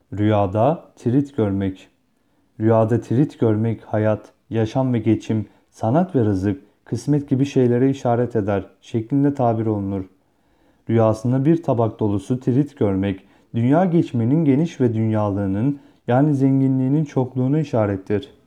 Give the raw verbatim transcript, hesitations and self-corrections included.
Rüyada tirit görmek. Rüyada tirit görmek hayat, yaşam ve geçim, sanat ve rızık, kısmet gibi şeylere işaret eder şeklinde tabir olunur. Rüyasında bir tabak dolusu tirit görmek, dünya geçmenin geniş ve dünyalığının yani zenginliğinin çokluğunu işarettir.